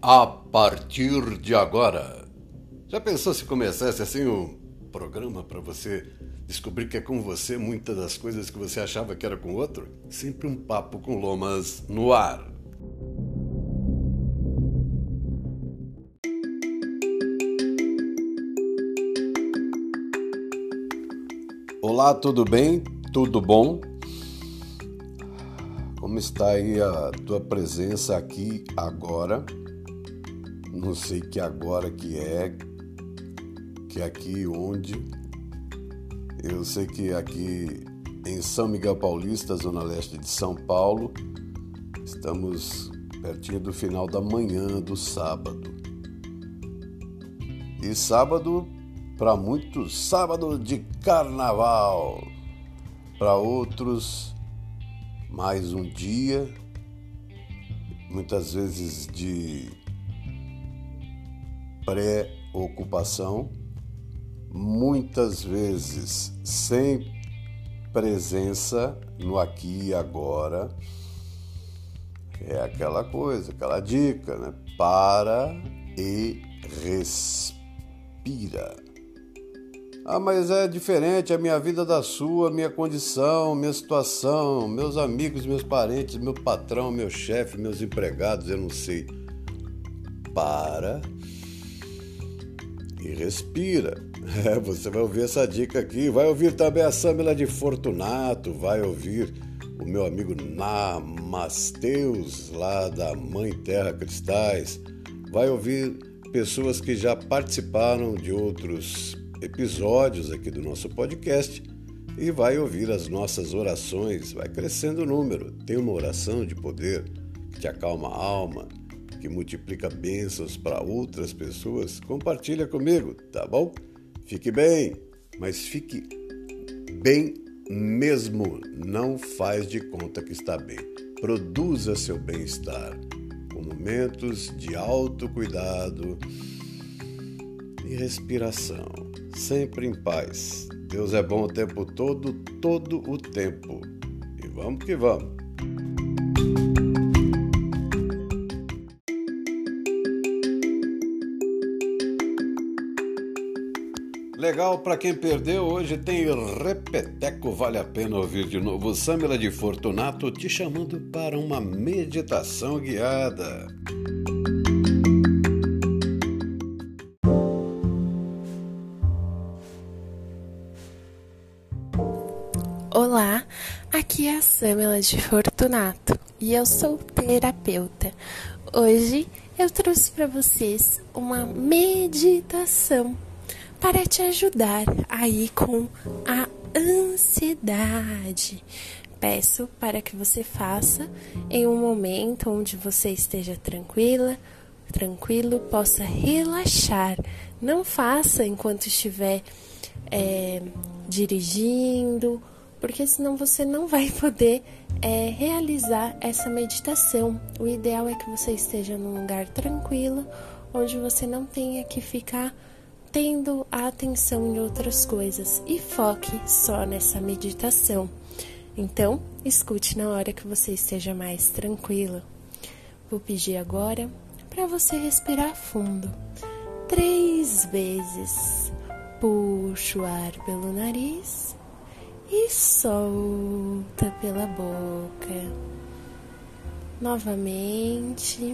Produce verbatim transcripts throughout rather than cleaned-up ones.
A partir de agora. Já pensou se começasse assim um programa para você descobrir que é com você muitas das coisas que você achava que era com outro? Sempre um papo com Lomas no ar. Olá, tudo bem? Tudo bom? Como está aí a tua presença aqui agora? Não sei que agora que é, que aqui onde. Eu sei que aqui em São Miguel Paulista, zona leste de São Paulo, estamos pertinho do final da manhã do sábado. E sábado, para muitos, sábado de carnaval. Para outros, mais um dia, muitas vezes de pré-ocupação, muitas vezes sem presença no aqui e agora. É aquela coisa, aquela dica, né? Para e respira. Ah, mas é diferente a minha vida da sua, minha condição, minha situação, meus amigos, meus parentes, meu patrão, meu chefe, meus empregados, eu não sei. Para e respira. É, você vai ouvir essa dica aqui, vai ouvir também a Samila de Fortunato, vai ouvir o meu amigo Namasteus, lá da Mãe Terra Cristais, vai ouvir pessoas que já participaram de outros episódios aqui do nosso podcast e vai ouvir as nossas orações, vai crescendo o número. Tem uma oração de poder que te acalma a alma, que multiplica bênçãos para outras pessoas. Compartilha comigo, tá bom? Fique bem, mas fique bem mesmo. Não faz de conta que está bem. Produza seu bem-estar com momentos de autocuidado e respiração. Sempre em paz. Deus é bom o tempo todo, todo o tempo. E vamos que vamos. Legal, para quem perdeu, hoje tem repeteco, vale a pena ouvir de novo. Samila de Fortunato te chamando para uma meditação guiada. Olá, aqui é a Samila de Fortunato e eu sou terapeuta. Hoje eu trouxe para vocês uma meditação para te ajudar aí com a ansiedade. Peço para que você faça em um momento onde você esteja tranquila, tranquilo, possa relaxar. Não faça enquanto estiver é, dirigindo, porque senão você não vai poder é, realizar essa meditação. O ideal é que você esteja num lugar tranquilo, onde você não tenha que ficar tendo a atenção em outras coisas e foque só nessa meditação. Então, escute na hora que você esteja mais tranquilo. Vou pedir agora para você respirar fundo, três vezes. Puxa o ar pelo nariz e solta pela boca. Novamente.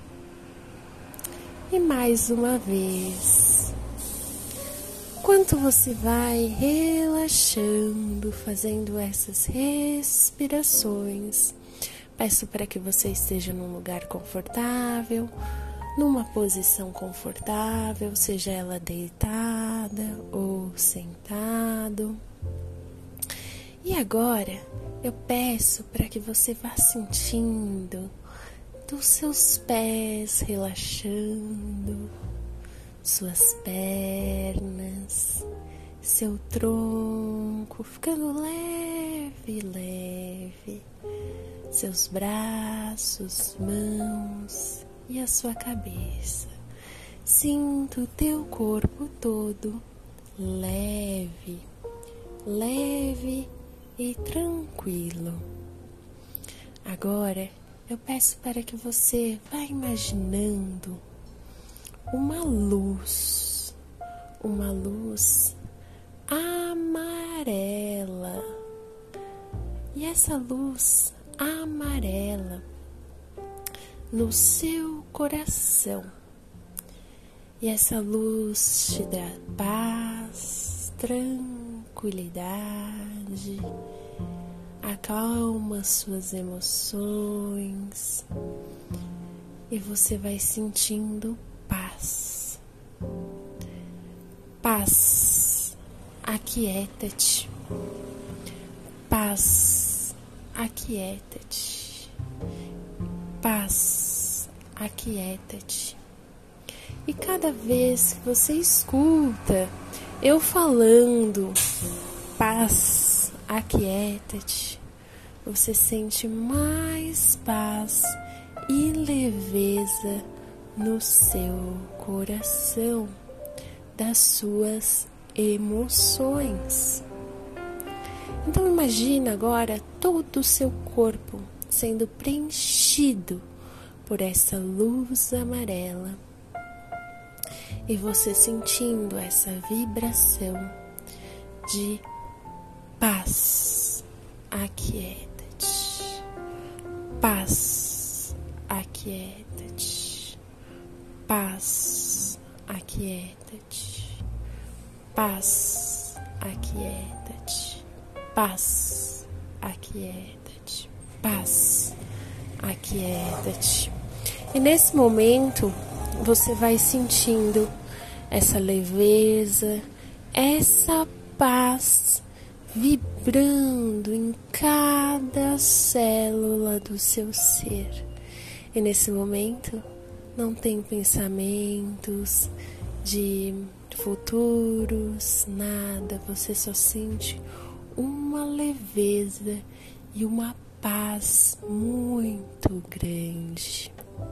E mais uma vez. Enquanto você vai relaxando, fazendo essas respirações, peço para que você esteja num lugar confortável, numa posição confortável, seja ela deitada ou sentado. E agora eu peço para que você vá sentindo dos seus pés relaxando, suas pernas, seu tronco ficando leve, leve, seus braços, mãos e a sua cabeça. Sinta o teu corpo todo leve, leve e tranquilo. Agora eu peço para que você vá imaginando uma luz, uma luz amarela. E essa luz amarela no seu coração. E essa luz te dá paz, tranquilidade, acalma suas emoções e você vai sentindo paz. Paz, aquieta-te. Paz, aquieta-te. Paz, aquieta-te. E cada vez que você escuta eu falando, paz, aquieta-te, você sente mais paz e leveza no seu coração, das suas emoções. Então imagina agora todo o seu corpo sendo preenchido por essa luz amarela. E você sentindo essa vibração de paz, aquieta-te. Paz, aquieta-te. Paz, aquieta-te. Paz, aquieta-te. Paz, aquieta-te. Paz, aquieta-te. E nesse momento você vai sentindo essa leveza, essa paz vibrando em cada célula do seu ser. E nesse momento não tem pensamentos de futuros, nada. Você só sente uma leveza e uma paz muito grande.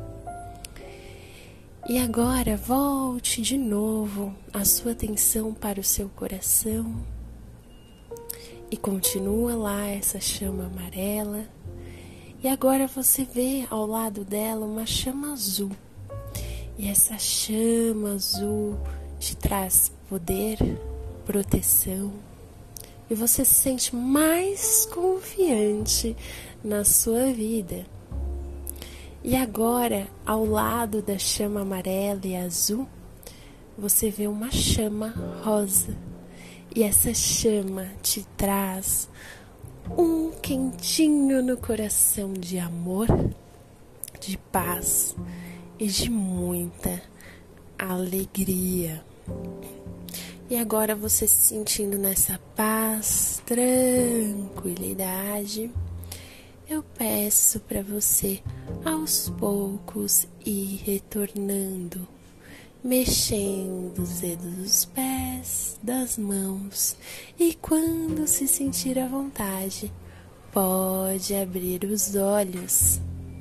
E agora volte de novo a sua atenção para o seu coração e continua lá essa chama amarela. E agora você vê ao lado dela uma chama azul. E essa chama azul te traz poder, proteção. E você se sente mais confiante na sua vida. E agora, ao lado da chama amarela e azul, você vê uma chama rosa. E essa chama te traz um quentinho no coração de amor, de paz e de muita alegria. E agora você se sentindo nessa paz, tranquilidade, eu peço para você, aos poucos, ir retornando, mexendo os dedos dos pés, das mãos, e quando se sentir à vontade, pode abrir os olhos.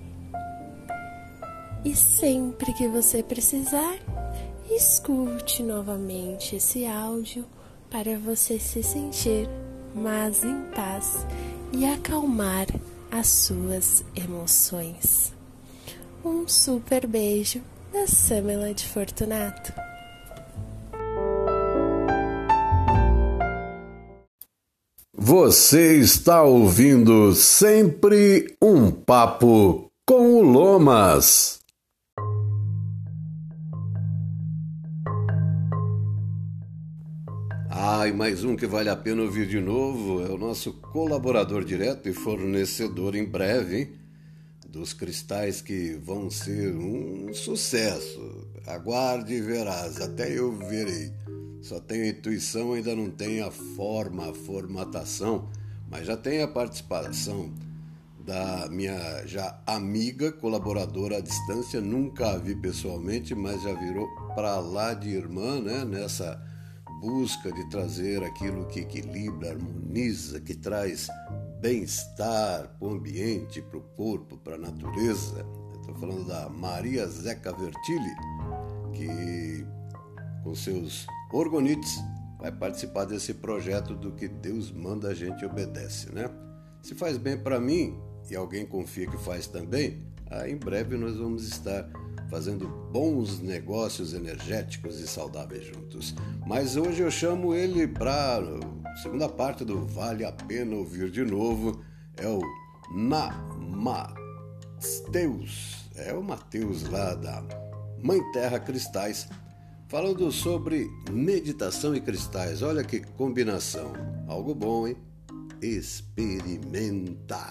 E sempre que você precisar, escute novamente esse áudio para você se sentir mais em paz e acalmar as suas emoções. Um super beijo da Samela de Fortunato. Você está ouvindo Sempre um Papo com o Lomas. Ah, e mais um que vale a pena ouvir de novo é o nosso colaborador direto e fornecedor em breve, hein? Dos cristais que vão ser um sucesso. Aguarde e verás, até eu verei. Só tenho a intuição, ainda não tenho a forma, a formatação, mas já tenho a participação da minha já amiga, colaboradora à distância. Nunca a vi pessoalmente, mas já virou para lá de irmã, né? Nessa busca de trazer aquilo que equilibra, harmoniza, que traz bem-estar para o ambiente, para o corpo, para a natureza. Estou falando da Maria Zeca Vertilli, que com seus orgonites vai participar desse projeto do que Deus manda, a gente obedece, né? Se faz bem para mim, e alguém confia que faz também, aí em breve nós vamos estar fazendo bons negócios energéticos e saudáveis juntos. Mas hoje eu chamo ele para a segunda parte do Vale a Pena Ouvir de Novo, é o Namasteus, é o Mateus lá da Mãe Terra Cristais, falando sobre meditação e cristais. Olha que combinação, algo bom, hein? Experimenta!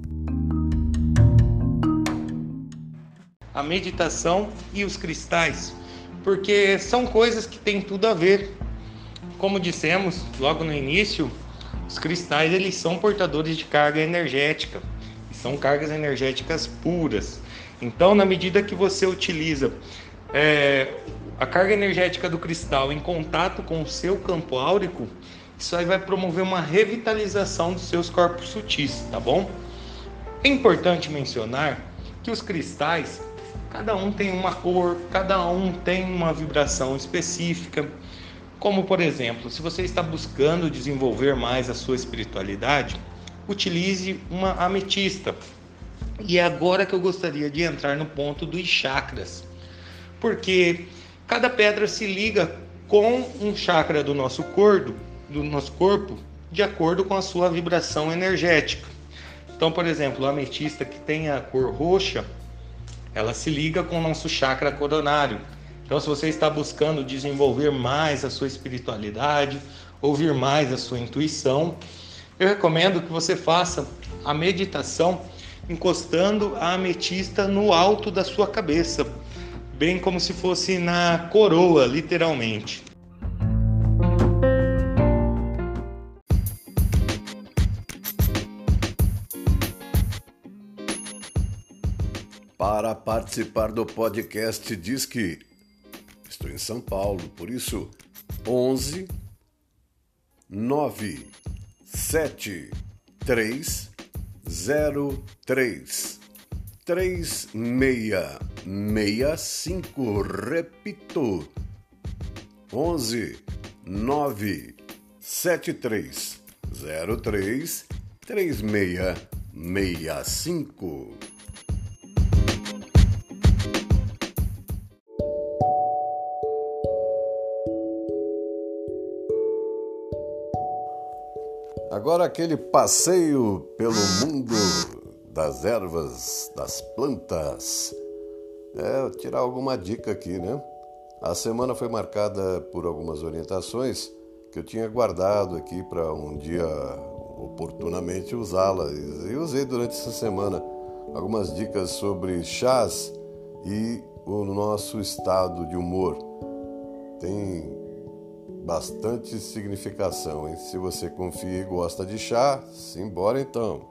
A meditação e os cristais, porque são coisas que têm tudo a ver. Como dissemos logo no início, os cristais eles são portadores de carga energética, e são cargas energéticas puras. Então, na medida que você utiliza é, a carga energética do cristal em contato com o seu campo áurico, isso aí vai promover uma revitalização dos seus corpos sutis, tá bom? É importante mencionar que os cristais, cada um tem uma cor, cada um tem uma vibração específica. Como, por exemplo, se você está buscando desenvolver mais a sua espiritualidade, utilize uma ametista. E é agora que eu gostaria de entrar no ponto dos chakras. Porque cada pedra se liga com um chakra do nosso corpo, do nosso corpo, de acordo com a sua vibração energética. Então, por exemplo, a ametista que tem a cor roxa, ela se liga com o nosso chakra coronário. Então, se você está buscando desenvolver mais a sua espiritualidade, ouvir mais a sua intuição, eu recomendo que você faça a meditação encostando a ametista no alto da sua cabeça, bem como se fosse na coroa, literalmente. Para participar do podcast diz que estou em São Paulo, por isso onze nove sete três zero três três seis seis cinco, repito, onze nove sete três zero três três seis seis cinco. Agora aquele passeio pelo mundo das ervas, das plantas. É, tirar alguma dica aqui, né? A semana foi marcada por algumas orientações que eu tinha guardado aqui para um dia oportunamente usá-las. E usei durante essa semana algumas dicas sobre chás e o nosso estado de humor. Tem bastante significação, hein? Se você confia e gosta de chá, simbora então.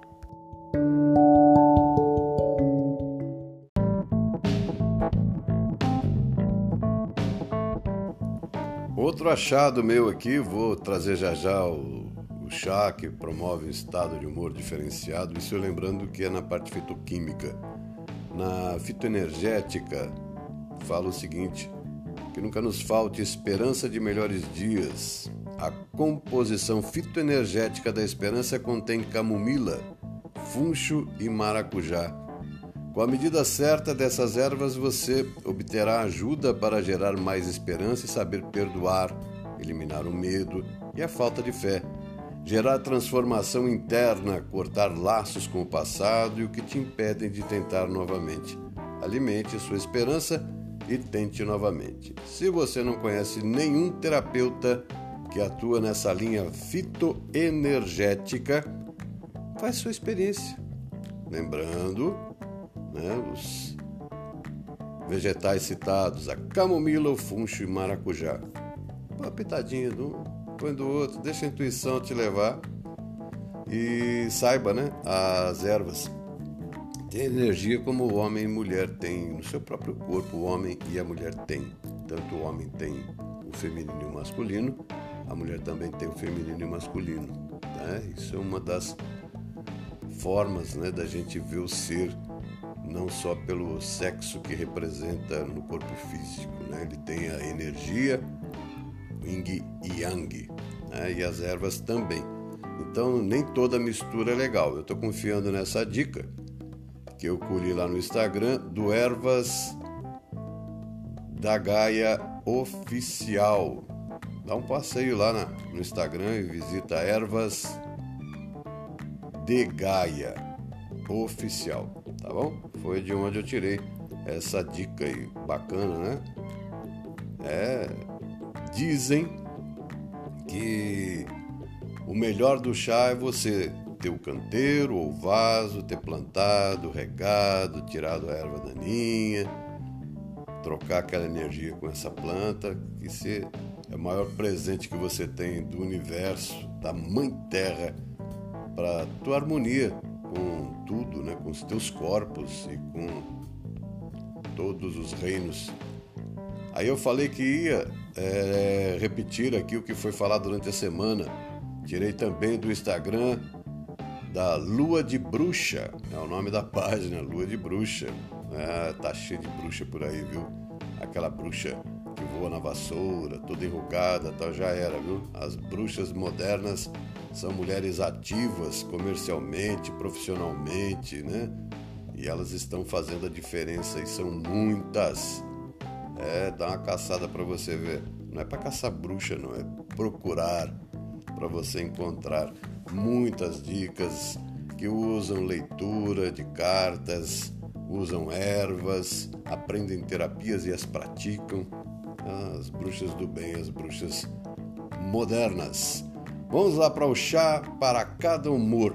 Outro achado meu aqui, vou trazer já já o, o chá que promove um estado de humor diferenciado, isso lembrando que é na parte fitoquímica. Na fitoenergética, fala o seguinte: que nunca nos falte esperança de melhores dias. A composição fitoenergética da esperança contém camomila, funcho e maracujá. Com a medida certa dessas ervas, você obterá ajuda para gerar mais esperança e saber perdoar, eliminar o medo e a falta de fé, gerar transformação interna, cortar laços com o passado e o que te impedem de tentar novamente. Alimente sua esperança e tente novamente. Se você não conhece nenhum terapeuta que atua nessa linha fitoenergética, faz sua experiência. Lembrando, né, os vegetais citados, a camomila, o funcho e maracujá. Uma pitadinha de um, põe do outro, deixa a intuição te levar e saiba, né, as ervas tem energia como o homem e mulher têm no seu próprio corpo, o homem e a mulher têm. Tanto o homem tem o feminino e o masculino, a mulher também tem o feminino e o masculino. Né? Isso é uma das formas, né, da gente ver o ser, não só pelo sexo que representa no corpo físico. Né? Ele tem a energia, yin e yang, né? E as ervas também. Então nem toda mistura é legal. Eu estou confiando nessa dica que eu colhi lá no Instagram do Ervas da Gaia Oficial. Dá um passeio lá na, no Instagram e visita Ervas de Gaia Oficial, tá bom? Foi de onde eu tirei essa dica aí, bacana, né? É, dizem que o melhor do chá é você ter o canteiro ou vaso, ter plantado, regado, tirado a erva daninha, trocar aquela energia com essa planta, que se é o maior presente que você tem do universo, da Mãe Terra, para tua harmonia com tudo, né? Com os teus corpos e com todos os reinos. Aí eu falei que ia é, repetir aqui o que foi falado durante a semana. Tirei também do Instagram da Lua de Bruxa, é o nome da página, Lua de Bruxa. É, tá cheio de bruxa por aí, viu? Aquela bruxa que voa na vassoura, toda enrugada, tal, já era, viu? As bruxas modernas são mulheres ativas comercialmente, profissionalmente, né? E elas estão fazendo a diferença e são muitas. É, dá uma caçada para você ver. Não é para caçar bruxa, não, é procurar para você encontrar muitas dicas que usam leitura de cartas, usam ervas, aprendem terapias e as praticam. As bruxas do bem, as bruxas modernas. Vamos lá para o chá para cada humor.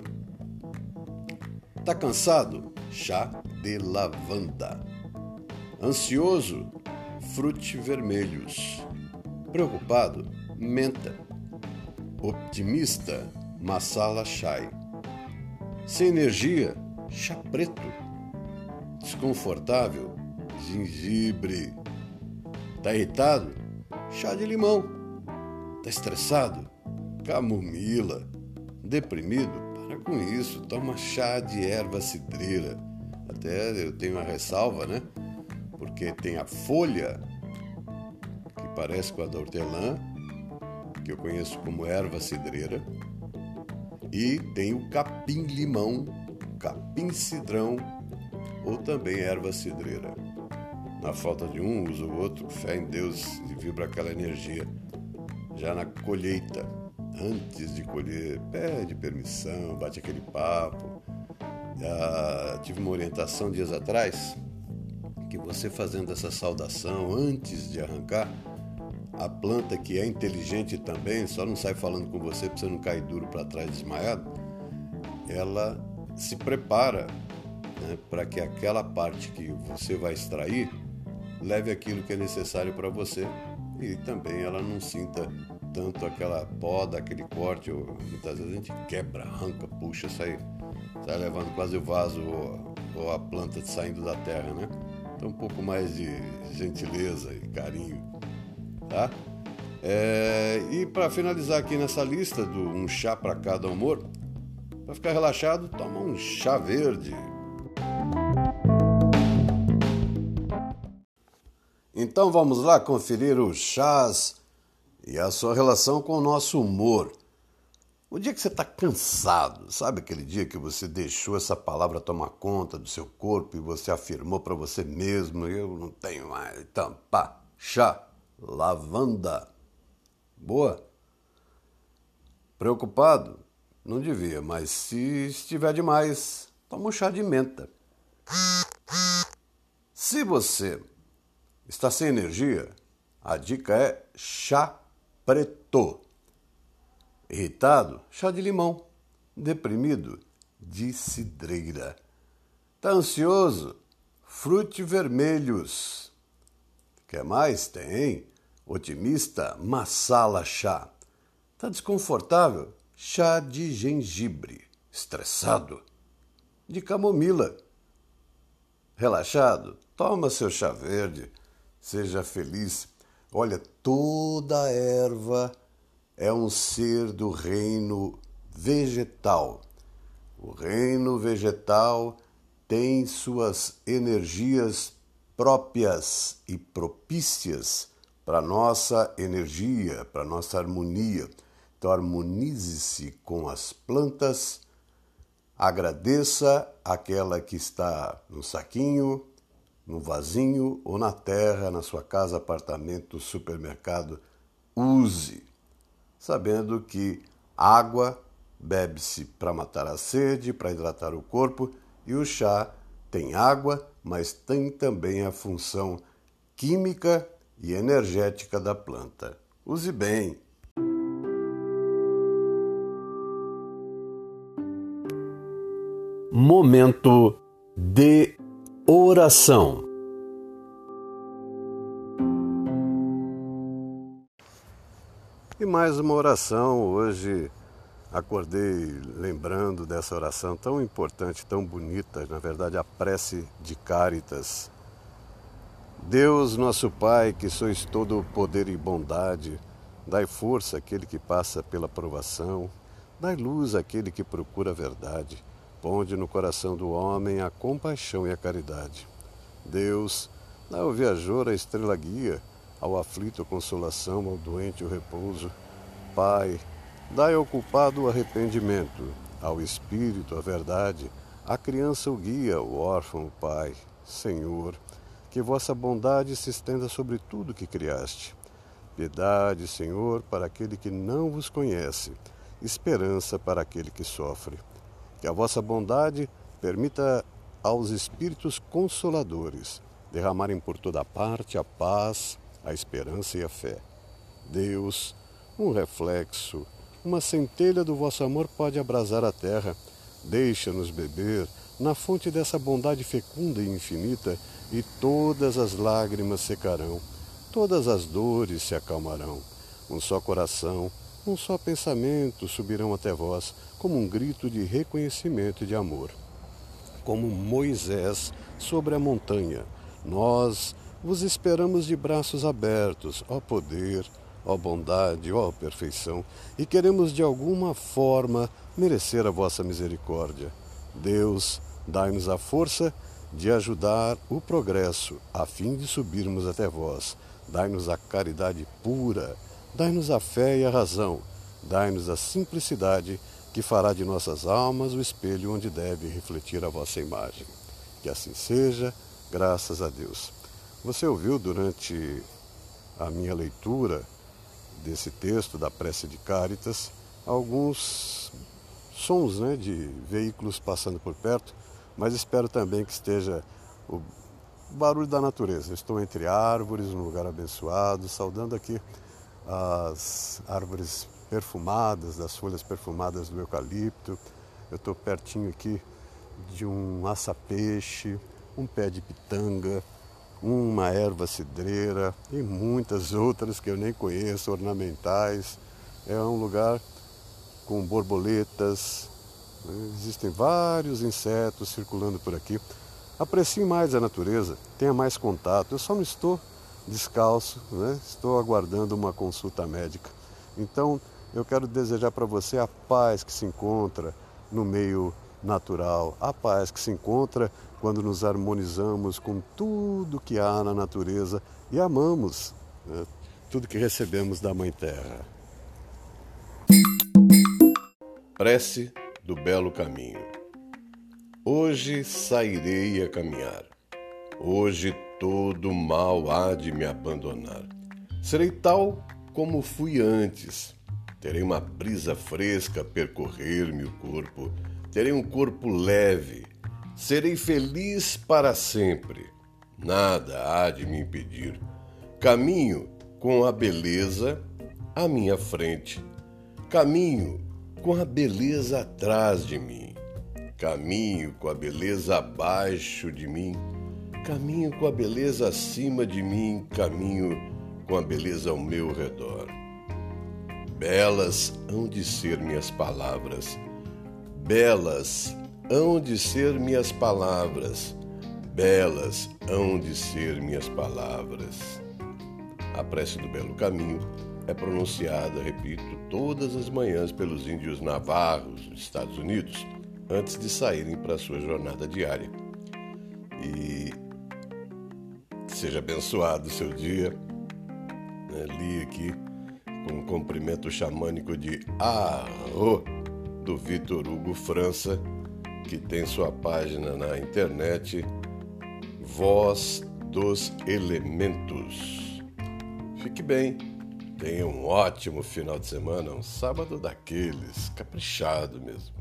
Tá cansado? Chá de lavanda. Ansioso? Frutivermelhos. Preocupado? Menta. Optimista? Masala chai. Sem energia? Chá preto. Desconfortável? Gengibre. Tá irritado? Chá de limão. Tá estressado? Camomila. Deprimido? Para com isso, toma chá de erva cidreira. Até eu tenho uma ressalva, né? Porque tem a folha, que parece com a da hortelã, que eu conheço como erva cidreira, e tem o capim-limão, capim-cidrão, ou também erva cidreira. Na falta de um, usa o outro, fé em Deus e vibra aquela energia. Já na colheita, antes de colher, pede permissão, bate aquele papo. Já tive uma orientação dias atrás, que você fazendo essa saudação antes de arrancar, a planta que é inteligente também, só não sai falando com você para você não cair duro para trás desmaiado, ela se prepara, né, para que aquela parte que você vai extrair leve aquilo que é necessário para você e também ela não sinta tanto aquela poda, aquele corte, ou, muitas vezes a gente quebra, arranca, puxa, sai, sai levando quase o vaso ou, ou a planta saindo da terra, né? Então um pouco mais de gentileza e carinho, tá? É, e para finalizar aqui nessa lista do um chá para cada humor, para ficar relaxado, toma um chá verde. Então vamos lá conferir os chás e a sua relação com o nosso humor. O dia que você está cansado, sabe aquele dia que você deixou essa palavra tomar conta do seu corpo e você afirmou para você mesmo, eu não tenho mais, então pá, chá, lavanda. Boa? Preocupado? Não devia, mas se estiver demais, toma um chá de menta. Se você está sem energia, a dica é chá preto. Irritado? Chá de limão. Deprimido? De cidreira. Tá ansioso? Frutivermelhos. Quer mais? Tem. Otimista? Masala chá. Tá desconfortável? Chá de gengibre. Estressado? De camomila. Relaxado? Toma seu chá verde. Seja feliz. Olha, toda erva é um ser do reino vegetal. O reino vegetal tem suas energias próprias e propícias para nossa energia, para nossa harmonia. Então harmonize-se com as plantas, agradeça aquela que está no saquinho, no vasinho ou na terra, na sua casa, apartamento, supermercado. Use, sabendo que água bebe-se para matar a sede, para hidratar o corpo, e o chá tem água, mas tem também a função química e energética da planta. Use bem. Momento de oração. E mais uma oração. Hoje acordei lembrando dessa oração tão importante, tão bonita, na verdade a prece de Cáritas. Deus, nosso Pai, que sois todo poder e bondade, dai força àquele que passa pela provação, dai luz àquele que procura a verdade, ponde no coração do homem a compaixão e a caridade. Deus, dai ao viajor a estrela guia, ao aflito a consolação, ao doente o repouso. Pai, dai ao culpado o arrependimento, ao espírito a verdade, à criança o guia, ao órfão o pai. Senhor, que vossa bondade se estenda sobre tudo que criaste. Piedade, Senhor, para aquele que não vos conhece, esperança para aquele que sofre. Que a vossa bondade permita aos espíritos consoladores derramarem por toda parte a paz, a esperança e a fé. Deus, um reflexo, uma centelha do vosso amor pode abrasar a terra. Deixa-nos beber na fonte dessa bondade fecunda e infinita, e todas as lágrimas secarão, todas as dores se acalmarão. Um só coração, um só pensamento subirão até vós, como um grito de reconhecimento e de amor. Como Moisés sobre a montanha, nós vos esperamos de braços abertos, ó poder, ó bondade, ó perfeição, e queremos de alguma forma merecer a vossa misericórdia. Deus, dai-nos a força de ajudar o progresso, a fim de subirmos até vós. Dai-nos a caridade pura, dai-nos a fé e a razão, dai-nos a simplicidade que fará de nossas almas o espelho onde deve refletir a vossa imagem. Que assim seja, graças a Deus. Você ouviu durante a minha leitura desse texto da prece de Cáritas alguns sons, né, de veículos passando por perto, mas espero também que esteja o barulho da natureza. Eu estou entre árvores, num lugar abençoado, saudando aqui as árvores perfumadas, das folhas perfumadas do eucalipto. Eu estou pertinho aqui de um aça-peixe, um pé de pitanga, uma erva cidreira e muitas outras que eu nem conheço, ornamentais. É um lugar com borboletas, né? Existem vários insetos circulando por aqui. Aprecie mais a natureza, tenha mais contato. Eu só não estou descalço, né? Estou aguardando uma consulta médica. Então, eu quero desejar para você a paz que se encontra no meio natural, a paz que se encontra quando nos harmonizamos com tudo que há na natureza e amamos, né, tudo que recebemos da Mãe Terra. Prece do Belo Caminho. Hoje sairei a caminhar. Hoje todo mal há de me abandonar. Serei tal como fui antes. Terei uma brisa fresca a percorrer-me o corpo. Terei um corpo leve. Serei feliz para sempre. Nada há de me impedir. Caminho com a beleza à minha frente. Caminho com a beleza atrás de mim. Caminho com a beleza abaixo de mim. Caminho com a beleza acima de mim. Caminho com a beleza ao meu redor. Belas hão de ser minhas palavras. Belas hão de ser minhas palavras. Belas hão de ser minhas palavras. A prece do Belo Caminho é pronunciada, repito, todas as manhãs pelos índios navarros dos Estados Unidos, antes de saírem para a sua jornada diária. E seja abençoado o seu dia. Li aqui com o cumprimento xamânico de Arro, do Vitor Hugo França, que tem sua página na internet Voz dos Elementos. Fique bem, tenha um ótimo final de semana, um sábado daqueles, caprichado mesmo.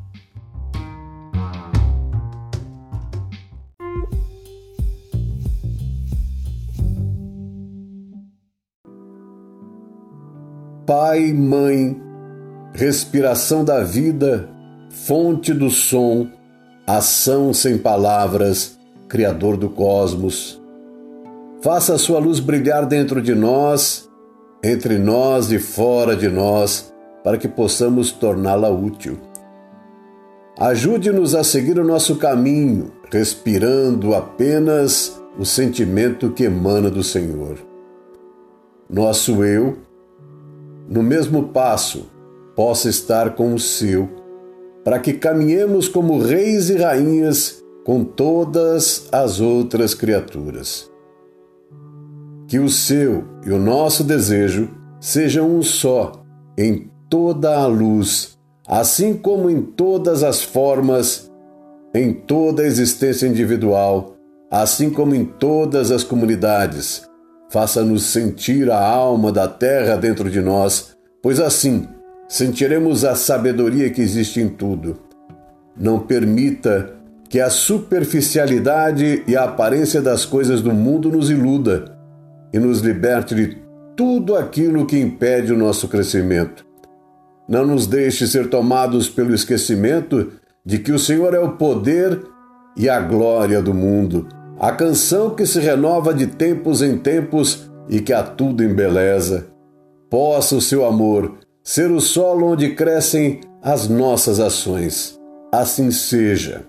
Pai, Mãe, respiração da vida, fonte do som, ação sem palavras, Criador do cosmos. Faça a sua luz brilhar dentro de nós, entre nós e fora de nós, para que possamos torná-la útil. Ajude-nos a seguir o nosso caminho, respirando apenas o sentimento que emana do Senhor. Nosso eu, no mesmo passo, possa estar com o seu, para que caminhemos como reis e rainhas com todas as outras criaturas. Que o seu e o nosso desejo sejam um só em toda a luz, assim como em todas as formas, em toda a existência individual, assim como em todas as comunidades. Faça-nos sentir a alma da terra dentro de nós, pois assim sentiremos a sabedoria que existe em tudo. Não permita que a superficialidade e a aparência das coisas do mundo nos iluda e nos liberte de tudo aquilo que impede o nosso crescimento. Não nos deixe ser tomados pelo esquecimento de que o Senhor é o poder e a glória do mundo, a canção que se renova de tempos em tempos e que a tudo embeleza. Possa o seu amor ser o solo onde crescem as nossas ações. Assim seja.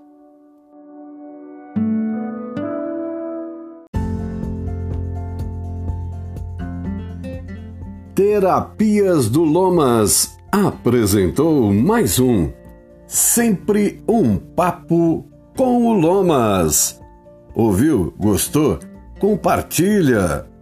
Terapias do Lomas apresentou mais um Sempre um Papo com o Lomas. Ouviu? Gostou? Compartilha!